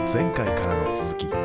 前回からの続き。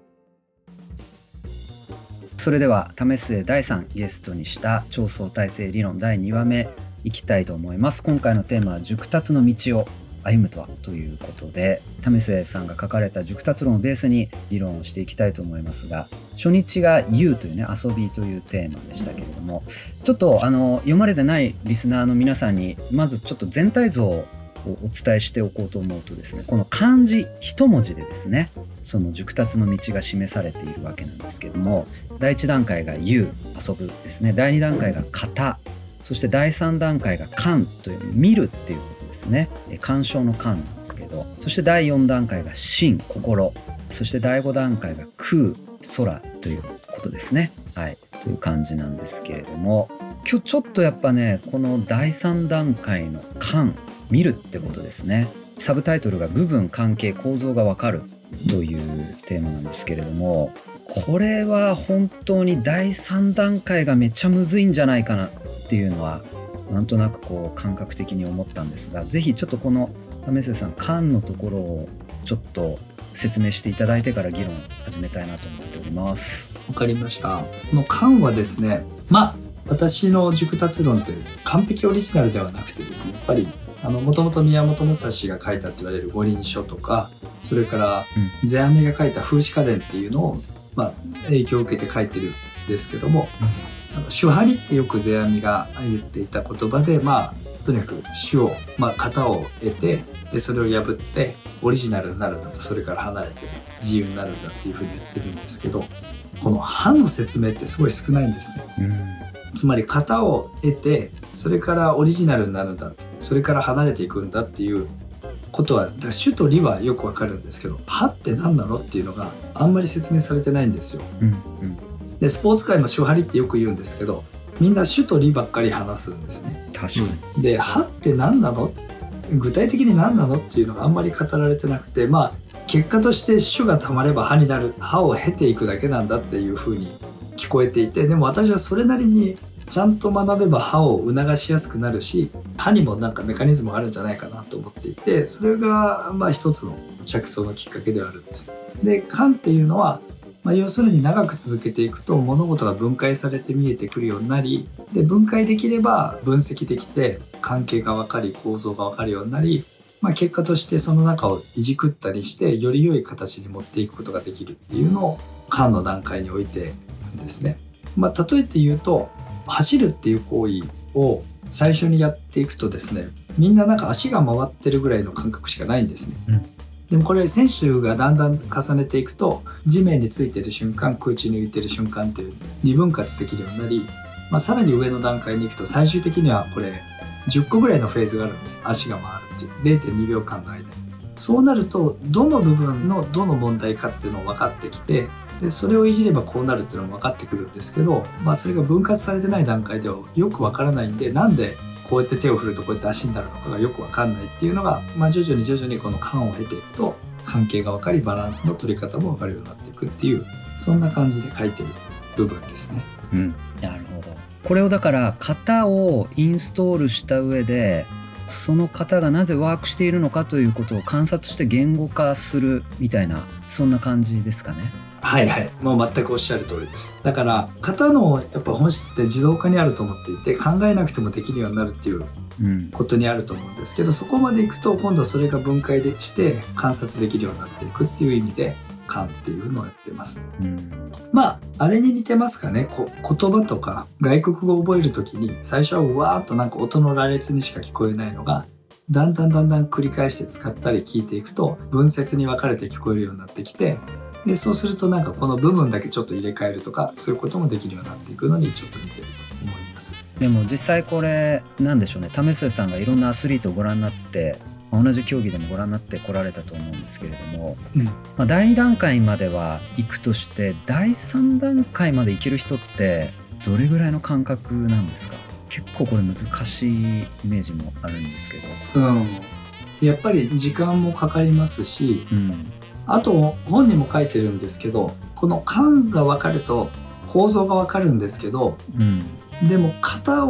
それでは為末大さんゲストにした超相対性理論第2話目いきたいと思います。今回のテーマは熟達の道を歩むとはということで、為末さんが書かれた熟達論をベースに議論をしていきたいと思いますが、初日が遊というね、遊びというテーマでしたけれども、ちょっと読まれてないリスナーの皆さんにまずちょっと全体像をお伝えしておこうと思うとですね、この漢字一文字でですね、その熟達の道が示されているわけなんですけども、第1段階が遊、遊ぶですね、第2段階が型、そして第3段階が観という見るっていうことですね、鑑賞の観なんですけど、そして第4段階が心、心、そして第5段階が空、空ということですね。はい、という感じなんですけれども、今日ちょっとやっぱね、この第3段階の観、見るってことですね。サブタイトルが部分、関係、構造がわかるというテーマなんですけれども、これは本当に第3段階がめっちゃむずいんじゃないかなっていうのはなんとなくこう感覚的に思ったんですが、ぜひちょっとこの為末さん観のところをちょっと説明していただいてから議論を始めたいなと思っております。 わかりました。この観はですね、私の熟達論って完璧オリジナルではなくてですね、やっぱりもともと宮本武蔵が書いたと言われる五輪書とか、それから世阿弥が書いた風刺家電っていうのを、影響を受けて書いてるんですけども、手張りってよく世阿弥が言っていた言葉で、とにかく手を、型を得て、でそれを破ってオリジナルになるんだと、それから離れて自由になるんだっていうふうに言ってるんですけど、この歯の説明ってすごい少ないんですね。つまり型を得て、それからオリジナルになるんだって、それから離れていくんだっていうことは、主と理はよくわかるんですけど、歯って何なのっていうのがあんまり説明されてないんですよ。でスポーツ界も手張りってよく言うんですけど、みんな主と理ばっかり話すんですね。 確かに。 で歯って何なの、具体的に何なのっていうのがあんまり語られてなくて、結果として主がたまれば歯になる、歯を経ていくだけなんだっていうふうに聞こえていて、でも私はそれなりにちゃんと学べば歯を促しやすくなるし、歯にもなんかメカニズムがあるんじゃないかなと思っていて、それが一つの着想のきっかけではあるんです。で観っていうのは、要するに長く続けていくと物事が分解されて見えてくるようになり、で分解できれば分析できて関係が分かり構造が分かるようになり、結果としてその中をいじくったりしてより良い形に持っていくことができるっていうのを観の段階においてるんですね。例えて言うと、走るっていう行為を最初にやっていくとですね、みんななんか足が回ってるぐらいの感覚しかないんですね。でもこれ選手がだんだん重ねていくと、地面についてる瞬間、空中に浮いてる瞬間っていう二分割できるようになり、さらに上の段階に行くと最終的にはこれ10個ぐらいのフェーズがあるんです。足が回るっていう 0.2 秒間の間に。そうなるとどの部分のどの問題かっていうのを分かってきて、でそれをいじればこうなるっていうのも分かってくるんですけど、それが分割されてない段階ではよく分からないんで、なんでこうやって手を振るとこうやって足になるのかがよく分かんないっていうのが、徐々にこの観を経ていくと関係が分かり、バランスの取り方も分かるようになっていくっていう、そんな感じで書いてる部分ですね。 なるほど。これをだから型をインストールした上で、その型がなぜワークしているのかということを観察して言語化するみたいな、そんな感じですかね。 はいはい、もう全くおっしゃる通りです。だから型のやっぱ本質って自動化にあると思っていて、考えなくてもできるようになるっていうことにあると思うんですけど、そこまでいくと今度はそれが分解でして観察できるようになっていくっていう意味で観っていうのをやってます。あれに似てますかね。言葉とか外国語を覚えるときに最初はうわーっとなんか音の羅列にしか聞こえないのが、だんだん繰り返して使ったり聞いていくと文節に分かれて聞こえるようになってきて、でそうするとなんかこの部分だけちょっと入れ替えるとか、そういうこともできるようになっていくのにちょっと似てると思います。 でも実際これなんでしょうね、為末さんがいろんなアスリートをご覧になって、同じ競技でもご覧になってこられたと思うんですけれども、第2段階までは行くとして、第3段階まで行ける人ってどれぐらいの感覚なんですか？結構これ難しいイメージもあるんですけど。 やっぱり時間もかかりますし、あと本にも書いてるんですけど、この観が分かると構造が分かるんですけど、でも型を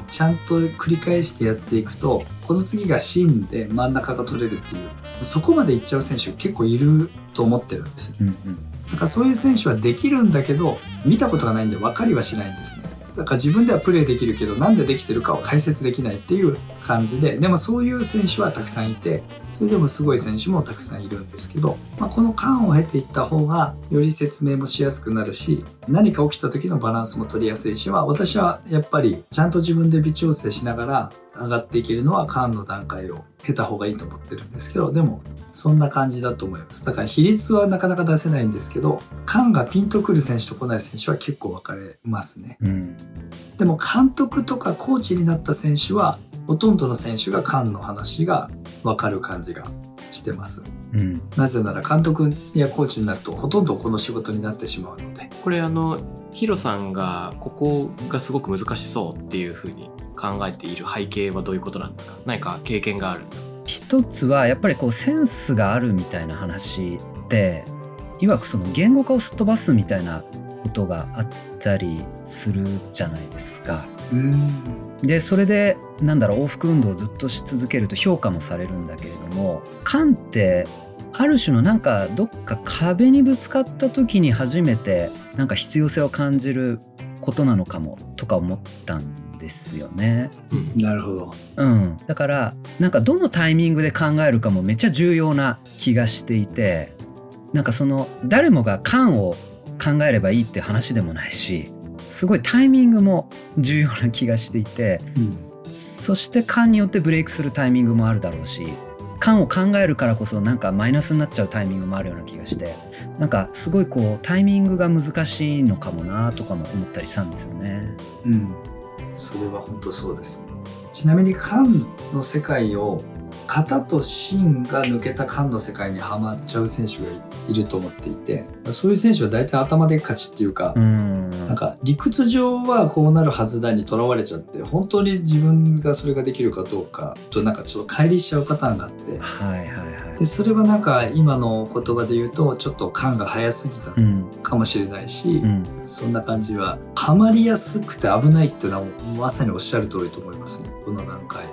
ちゃんと繰り返してやっていくと、この次が芯で真ん中が取れるっていう、そこまでいっちゃう選手結構いると思ってるんです。だからそういう選手はできるんだけど、見たことがないんで分かりはしないんですね。だから自分ではプレーできるけど、なんでできてるかは解説できないっていう感じで、でもそういう選手はたくさんいて、それでもすごい選手もたくさんいるんですけど、この間を経ていった方がより説明もしやすくなるし、何か起きた時のバランスも取りやすいし、私はやっぱりちゃんと自分で微調整しながら上がっていけるのは間の段階を経た方がいいと思ってるんですけど、でもそんな感じだと思います。だから比率はなかなか出せないんですけど、間がピンとくる選手と来ない選手は結構分かれますね。でも監督とかコーチになった選手はほとんどの選手が間の話が分かる感じがしてます。なぜなら監督やコーチになるとほとんどこの仕事になってしまうので。 これヒロさんがここがすごく難しそうっていうふうに考えている背景はどういうことなんですか？何か経験があるんですか？ 一つはやっぱりセンスがあるみたいな話で、いわくその言語化をすっ飛ばすみたいなことがあったりするじゃないですか。でそれで往復運動をずっとし続けると評価もされるんだけれども、間ってある種のどっか壁にぶつかった時に初めて必要性を感じることなのかもとか思ったんですよね。 なるほど。 だからどのタイミングで考えるかもめっちゃ重要な気がしていて、誰もが間を考えればいいって話でもないし、すごいタイミングも重要な気がしていて、そして間によってブレイクするタイミングもあるだろうし、間を考えるからこそマイナスになっちゃうタイミングもあるような気がして、すごいタイミングが難しいのかもなとかも思ったりしたんですよね。 それは本当そうですね。ちなみに間の世界を型と芯が抜けた間の世界にはまっちゃう選手がいると思っていて、そういう選手は大体頭でっかちっていうか、理屈上はこうなるはずだにとらわれちゃって、本当に自分がそれができるかどうかとちょっと乖離しちゃうパターンがあって、でそれは今の言葉で言うとちょっと間が早すぎたかもしれないし、そんな感じははまりやすくて危ないっていうのはまさにおっしゃる通りと思いますね、この段階。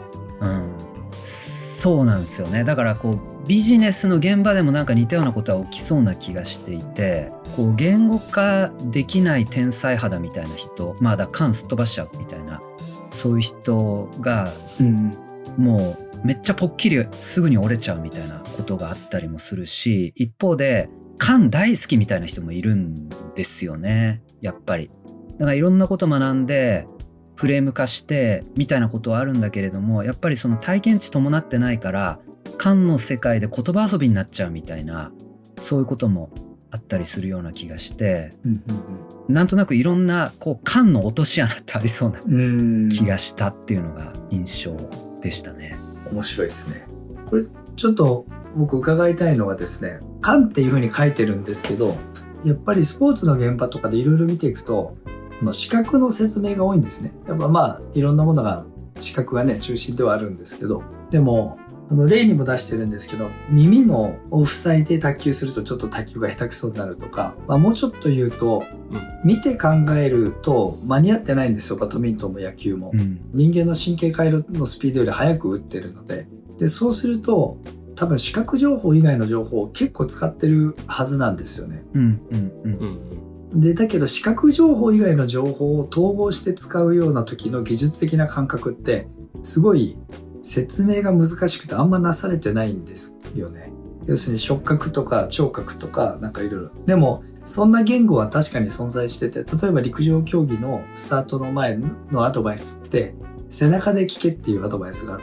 そうなんですよね。だからビジネスの現場でも似たようなことは起きそうな気がしていて、言語化できない天才肌みたいな人、だ間すっ飛ばしちゃうみたいな、そういう人が、もうめっちゃポッキリすぐに折れちゃうみたいなことがあったりもするし、一方で間大好きみたいな人もいるんですよね、やっぱり。だからいろんなこと学んでフレーム化してみたいなことはあるんだけれども、やっぱりその体験値伴ってないから間の世界で言葉遊びになっちゃうみたいな、そういうこともあったりするような気がして、なんとなくいろんな間の落とし穴ってありそうな気がしたっていうのが印象でしたね。 面白いですね。これちょっと僕伺いたいのがですね、間っていうふうに書いてるんですけど、やっぱりスポーツの現場とかでいろいろ見ていくと視覚の説明が多いんですね。やっぱいろんなものが視覚がね中心ではあるんですけど、でも例にも出してるんですけど、耳のオフサイで卓球するとちょっと卓球が下手くそになるとか、もうちょっと言うと、見て考えると間に合ってないんですよ、バドミントンも野球も。人間の神経回路のスピードより速く打ってるので、そうすると多分視覚情報以外の情報を結構使ってるはずなんですよね。だけど視覚情報以外の情報を統合して使うような時の技術的な感覚ってすごい説明が難しくてあんまなされてないんですよね。要するに触覚とか聴覚とかいろいろ。でもそんな言語は確かに存在してて、例えば陸上競技のスタートの前のアドバイスって背中で聞けっていうアドバイスがあって、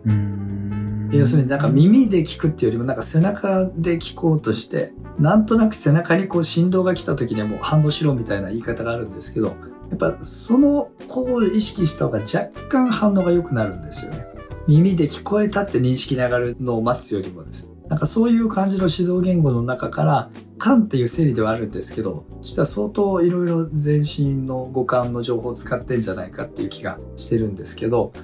要するに耳で聞くっていうよりも背中で聞こうとして、なんとなく背中に振動が来た時にはもう反応しろみたいな言い方があるんですけど、やっぱそのを意識した方が若干反応が良くなるんですよね。耳で聞こえたって認識に上がるのを待つよりもですね、そういう感じの指導言語の中から間っていう整理ではあるんですけど、実は相当いろいろ全身の五感の情報を使ってんじゃないかっていう気がしてるんですけど、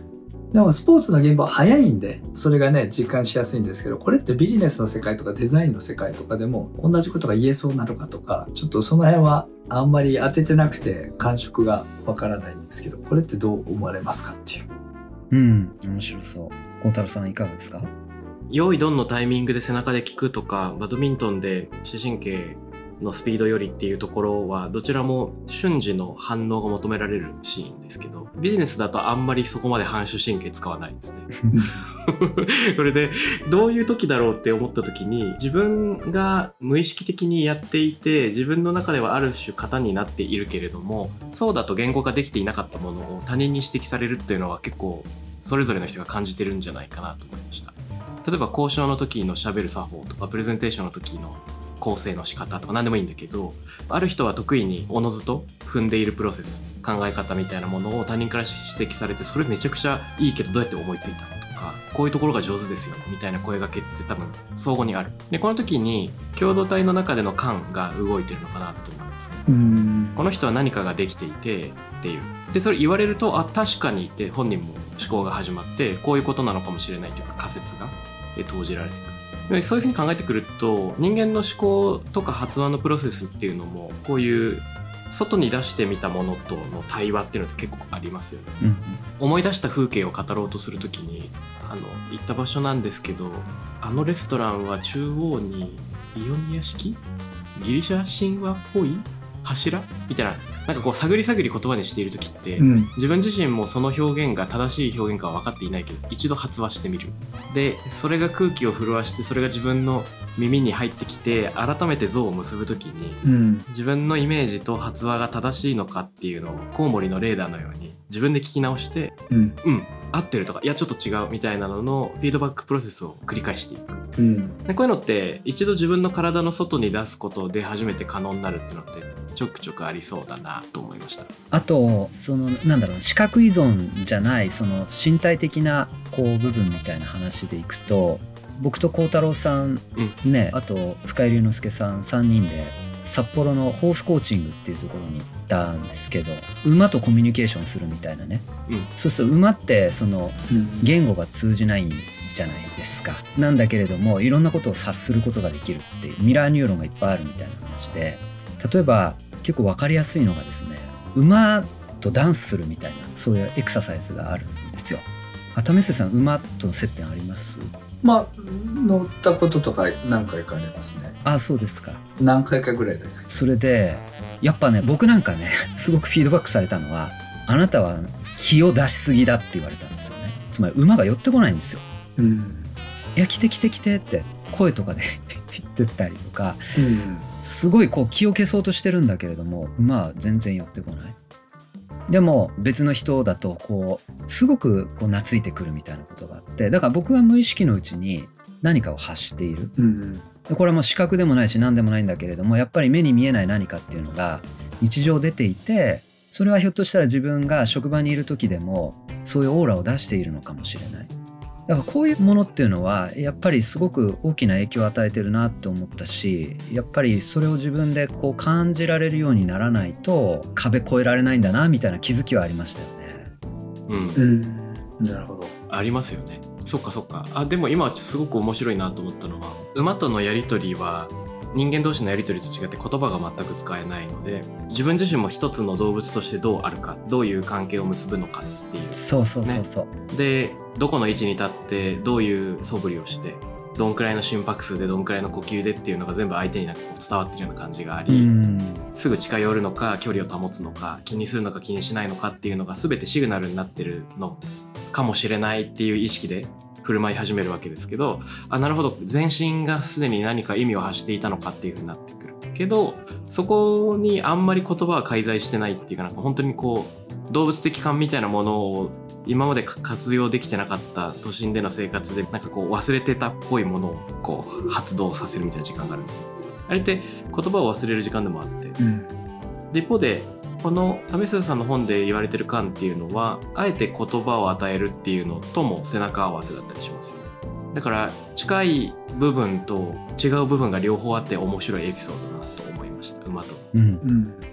でもスポーツの現場は早いんで、それがね、実感しやすいんですけど、これってビジネスの世界とかデザインの世界とかでも同じことが言えそうなのかとか、ちょっとその辺はあんまり当ててなくて感触がわからないんですけど、これってどう思われますかっていう。 面白そう。孝太郎さんいかがですか？ 用意ドンのタイミングで背中で効くとか、バドミントンで視神経のスピードよりっていうところはどちらも瞬時の反応が求められるシーンですけど、ビジネスだとあんまりそこまで反射神経使わないんですねこれでどういう時だろうって思った時に、自分が無意識的にやっていて自分の中ではある種型になっているけれども、そうだと言語化できていなかったものを他人に指摘されるっていうのは結構それぞれの人が感じてるんじゃないかなと思いました。例えば交渉の時の喋る作法とか、プレゼンテーションの時の構成の仕方とか何でもいいんだけど、ある人は得意におのずと踏んでいるプロセス、考え方みたいなものを他人から指摘されて、それめちゃくちゃいいけどどうやって思いついたのとか、こういうところが上手ですよねみたいな声掛けって多分相互にある。でこの時に共同体の中での感が動いてるのかなと思いますね。この人は何かができていてっていう、でそれ言われると、あ確かにって本人も思考が始まって、こういうことなのかもしれないというか仮説が投じられてくる。でそういうふうに考えてくると、人間の思考とか発話のプロセスっていうのも、こういう外に出してみたものとの対話っていうのって結構ありますよね。思い出した風景を語ろうとするときに、行った場所なんですけど、あのレストランは中央にイオニア式ギリシャ神話っぽい柱みたいな、なんかこう探り探り言葉にしている時って、自分自身もその表現が正しい表現かは分かっていないけど一度発話してみる。でそれが空気を震わして、それが自分の耳に入ってきて、改めて像を結ぶ時に、自分のイメージと発話が正しいのかっていうのをコウモリのレーダーのように自分で聞き直して、合ってるとか、いやちょっと違うみたいなののフィードバックプロセスを繰り返していく。でこういうのって一度自分の体の外に出すことで初めて可能になるっていうのってちょくちょくありそうだなと思いました。 あとその視覚依存じゃないその身体的なこう部分みたいな話でいくと、僕と孝太郎さんね、あと深井龍之介さん3人で札幌のホースコーチングっていうところに行ったんですけど、馬とコミュニケーションするみたいなね、そうすると馬ってその言語が通じないんじゃないですか。なんだけれどもいろんなことを察することができるっていうミラーニューロンがいっぱいあるみたいな話で、例えば結構分かりやすいのがですね、馬とダンスするみたいなそういうエクササイズがあるんですよ。為末さん、馬と接点あります？ 乗ったこととか何回かありますね。 あ、そうですか。 何回かぐらいです。 それでやっぱね、僕なんかねすごくフィードバックされたのは、あなたは気を出しすぎだって言われたんですよね。つまり馬が寄ってこないんですよ。いや来て来て来てって声とかで言ってたりとか、すごいこう気を消そうとしてるんだけれども馬は全然寄ってこない。でも別の人だとこうすごくこう懐いてくるみたいなことがあって、だから僕は無意識のうちに何かを発している、でこれはもう視覚でもないし何でもないんだけれども、やっぱり目に見えない何かっていうのが日常出ていて、それはひょっとしたら自分が職場にいる時でもそういうオーラを出しているのかもしれない。だからこういうものっていうのはやっぱりすごく大きな影響を与えてるなって思ったし、やっぱりそれを自分でこう感じられるようにならないと壁越えられないんだなみたいな気づきはありましたよね。 なるほど。 ありますよね。そっかそっか。でも今すごく面白いなと思ったのは、馬とのやり取りは人間同士のやり取りと違って言葉が全く使えないので、自分自身も一つの動物としてどうあるか、どういう関係を結ぶのかっていう、 そうでどこの位置に立ってどういう素振りをして、どんくらいの心拍数でどんくらいの呼吸でっていうのが全部相手になんかこう伝わってるような感じがあり、すぐ近寄るのか距離を保つのか気にするのか気にしないのかっていうのが全てシグナルになってるのかもしれないっていう意識で振る舞い始めるわけですけど、なるほど、全身がすでに何か意味を発していたのかっていう風になってくるけど、そこにあんまり言葉は介在してないっていうか、なんか本当にこう動物的感みたいなものを今まで活用できてなかった都心での生活でなんかこう忘れてたっぽいものをこう発動させるみたいな時間があるんで、あれって言葉を忘れる時間でもあって、で一方でこの為末さんの本で言われてる感っていうのは、あえて言葉を与えるっていうのとも背中合わせだったりしますよね。だから近い部分と違う部分が両方あって面白いエピソードだなと思いました、馬と。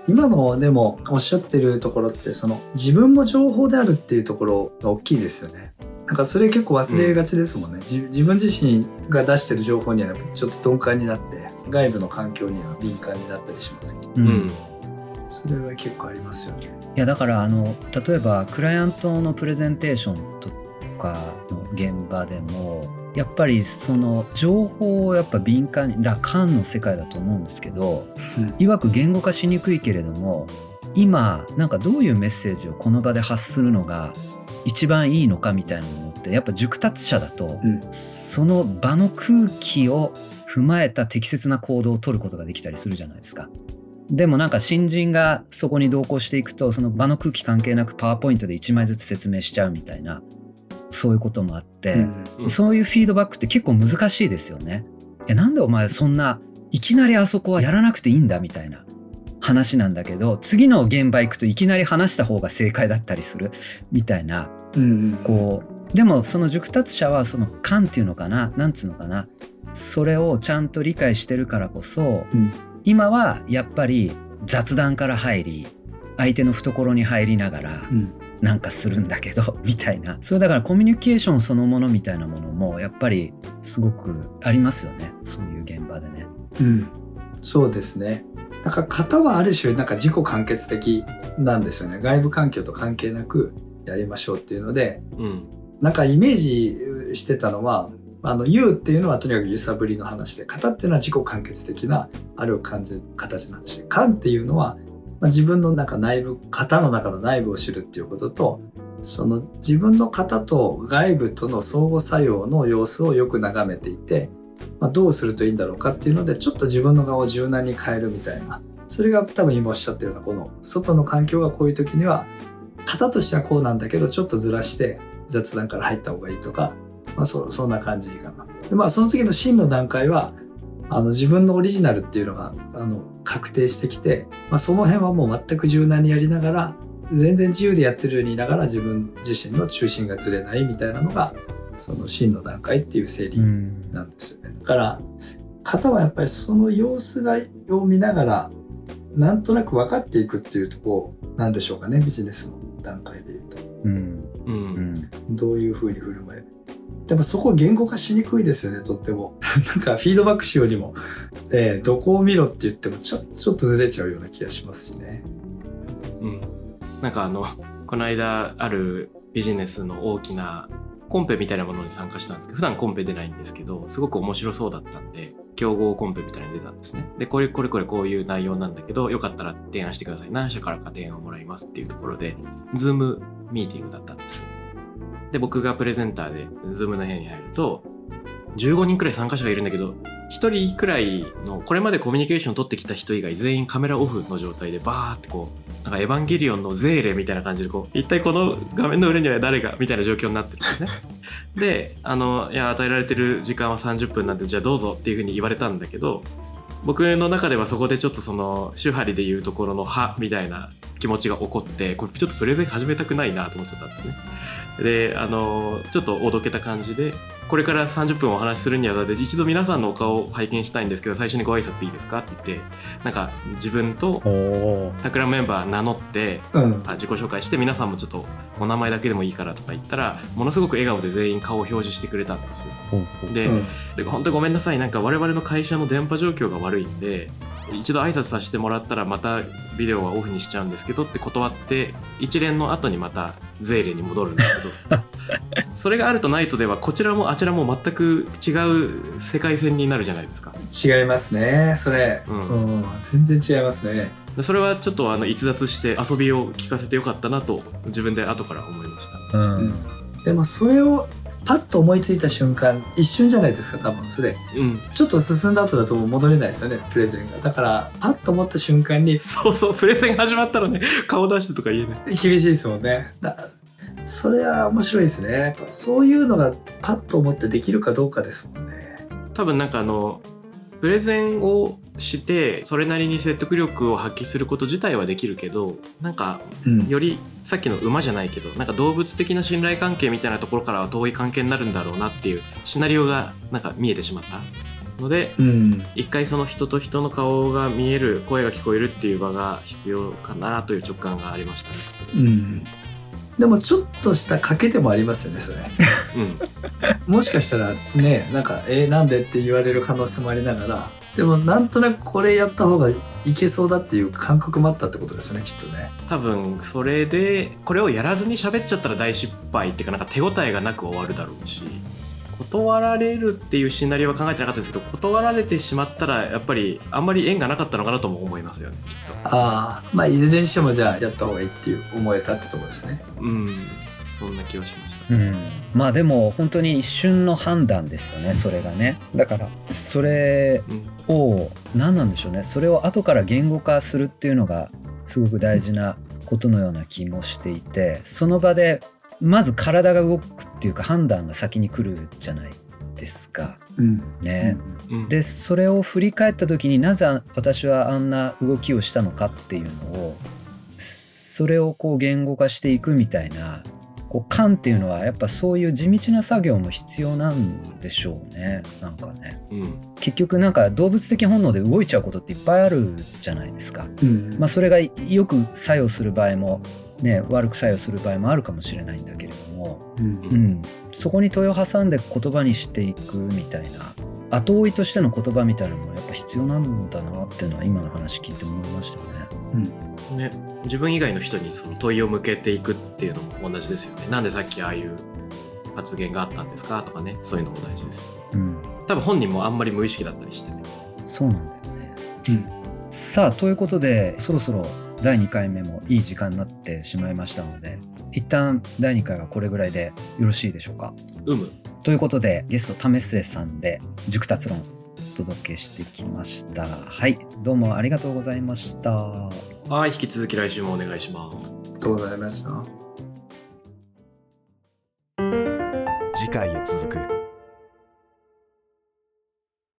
今のでもおっしゃってるところってその自分も情報であるっていうところが大きいですよね。なんかそれ結構忘れがちですもんね、自分自身が出してる情報にはちょっと鈍感になって外部の環境には敏感になったりしますけど、それは結構ありますよね。 いやだから例えばクライアントのプレゼンテーションとかの現場でもやっぱりその情報をやっぱ敏感に感の世界だと思うんですけど、いわく言語化しにくいけれども今なんかどういうメッセージをこの場で発するのが一番いいのかみたいなものってやっぱ熟達者だと、その場の空気を踏まえた適切な行動を取ることができたりするじゃないですか。でもなんか新人がそこに同行していくとその場の空気関係なくパワーポイントで1枚ずつ説明しちゃうみたいなそういうこともあって、そういうフィードバックって結構難しいですよね。なんでお前そんないきなりあそこはやらなくていいんだみたいな話なんだけど次の現場行くといきなり話した方が正解だったりするみたいな、こうでもその熟達者はその感っていうのかななんつうのかなそれをちゃんと理解してるからこそ、今はやっぱり雑談から入り相手の懐に入りながらなんかするんだけどみたいな、それだからコミュニケーションそのものみたいなものもやっぱりすごくありますよね、そういう現場でね。 そうですね。なんか型はある種なんか自己完結的なんですよね。外部環境と関係なくやりましょうっていうので、なんかイメージしてたのは言うっていうのはとにかく揺さぶりの話で、型っていうのは自己完結的なある形の話で、感っていうのは、自分の中内部、型の中の内部を知るっていうことと、その自分の型と外部との相互作用の様子をよく眺めていて、どうするといいんだろうかっていうので、ちょっと自分の側を柔軟に変えるみたいな。それが多分今おっしゃったような、この外の環境がこういう時には、型としてはこうなんだけど、ちょっとずらして雑談から入った方がいいとか、そんな感じかな。で、その次の真の段階は、自分のオリジナルっていうのが、確定してきて、その辺はもう全く柔軟にやりながら、全然自由でやってるように言いながら自分自身の中心がずれないみたいなのが、その真の段階っていう整理なんですよね。だから、型はやっぱりその様子を見ながら、なんとなく分かっていくっていうところなんでしょうかね、ビジネスの段階で言うと。どういう風に振る舞える。でもそこ言語化しにくいですよね、とっても。なんかフィードバックしようにも、どこを見ろって言ってもちょっとずれちゃうような気がしますしね。 なんかこの間あるビジネスの大きなコンペみたいなものに参加したんですけど、普段コンペ出ないんですけど、すごく面白そうだったんで、競合コンペみたいなの出たんですね。で、これこういう内容なんだけど、よかったら提案してください。何社からか提案をもらいますっていうところで、ズームミーティングだったんです。で、僕がプレゼンターでズームの部屋に入ると、15人くらい参加者がいるんだけど、1人くらいのこれまでコミュニケーションを取ってきた人以外全員カメラオフの状態でバーってこう、なんかエヴァンゲリオンのゼーレみたいな感じでこう、一体この画面の上には誰がみたいな状況になってるんですね。で、いや、与えられてる時間は30分なんで、じゃあどうぞっていう風に言われたんだけど、僕の中ではそこでちょっとその手張りでいうところの歯みたいな気持ちが起こって、これちょっとプレゼン始めたくないなと思っちゃったんですね。で、ちょっとおどけた感じで、これから30分お話しするにあたって一度皆さんのお顔を拝見したいんですけど、最初にご挨拶いいですかって言って、なんか自分とタクラムメンバー名乗って、自己紹介して、皆さんもちょっとお名前だけでもいいからとか言ったら、ものすごく笑顔で全員顔を表示してくれたんですよ。で、本当にごめんなさい、なんか我々の会社の電波状況が悪いんで、一度挨拶させてもらったらまたビデオはオフにしちゃうんですけどって断って、一連の後にまたゼーレに戻るんだけどそれがあるとないとではこちらもあちらも全く違う世界線になるじゃないですか。 違いますね、それ。全然違いますね。 それはちょっと逸脱して遊びを聞かせてよかったなと自分で後から思いました。 でもそれをパッと思いついた瞬間、一瞬じゃないですか、多分それ、ちょっと進んだ後だともう戻れないですよね、プレゼンが。だからパッと思った瞬間に、 そうプレゼン始まったらね、顔出してとか言えない。 厳しいですもんね。それは面白いですね。やっぱそういうのがパッと思ってできるかどうかですもんね。 多分なんかプレゼンをしてそれなりに説得力を発揮すること自体はできるけど、なんかよりさっきの馬じゃないけど、なんか動物的な信頼関係みたいなところからは遠い関係になるんだろうなっていうシナリオがなんか見えてしまった。 ので、一回その人と人の顔が見える、声が聞こえるっていう場が必要かなという直感がありましたね、そこで。 でもちょっとした賭けでもありますよね、それ。もしかしたらね、なんかなんでって言われる可能性もありながら、でもなんとなくこれやった方がいけそうだっていう感覚もあったってことですよね、きっとね。 多分それでこれをやらずに喋っちゃったら大失敗っていうか、なんか手応えがなく終わるだろうし、断られるっていうシナリオは考えてなかったんですけど、断られてしまったらやっぱりあんまり縁がなかったのかなとも思いますよね、きっと。 まあいずれにしてもじゃあやった方がいいっていう思えたってところですね。 そんな気はしました。 まあでも本当に一瞬の判断ですよね、それがね。だからそれを何なんでしょうね、それを後から言語化するっていうのがすごく大事なことのような気もしていて、その場でまず体が動くっていうか判断が先に来るじゃないですか。ね。でそれを振り返った時になぜ私はあんな動きをしたのかっていうのを、それをこう言語化していくみたいな感っていうのはやっぱそういう地道な作業も必要なんでしょうね。なんかね、結局なんか動物的本能で動いちゃうことっていっぱいあるじゃないですか。まあそれがよく作用する場合もね、悪く作用する場合もあるかもしれないんだけれども、そこに問いを挟んで言葉にしていくみたいな後追いとしての言葉みたいなのもやっぱ必要なんだなっていうのは今の話聞いて思いましたね。 自分以外の人にその問いを向けていくっていうのも同じですよね。なんでさっきああいう発言があったんですかとかね、そういうのも大事ですよ。多分本人もあんまり無意識だったりしてね。 そうなんだよね。さあということでそろそろ第2回目もいい時間になってしまいましたので、一旦第2回はこれぐらいでよろしいでしょうか。ということでゲスト為末さんで熟達論お届けしてきました。はい、どうもありがとうございました。 はい、引き続き来週もお願いします。 ありがとうございました。 次回へ続く。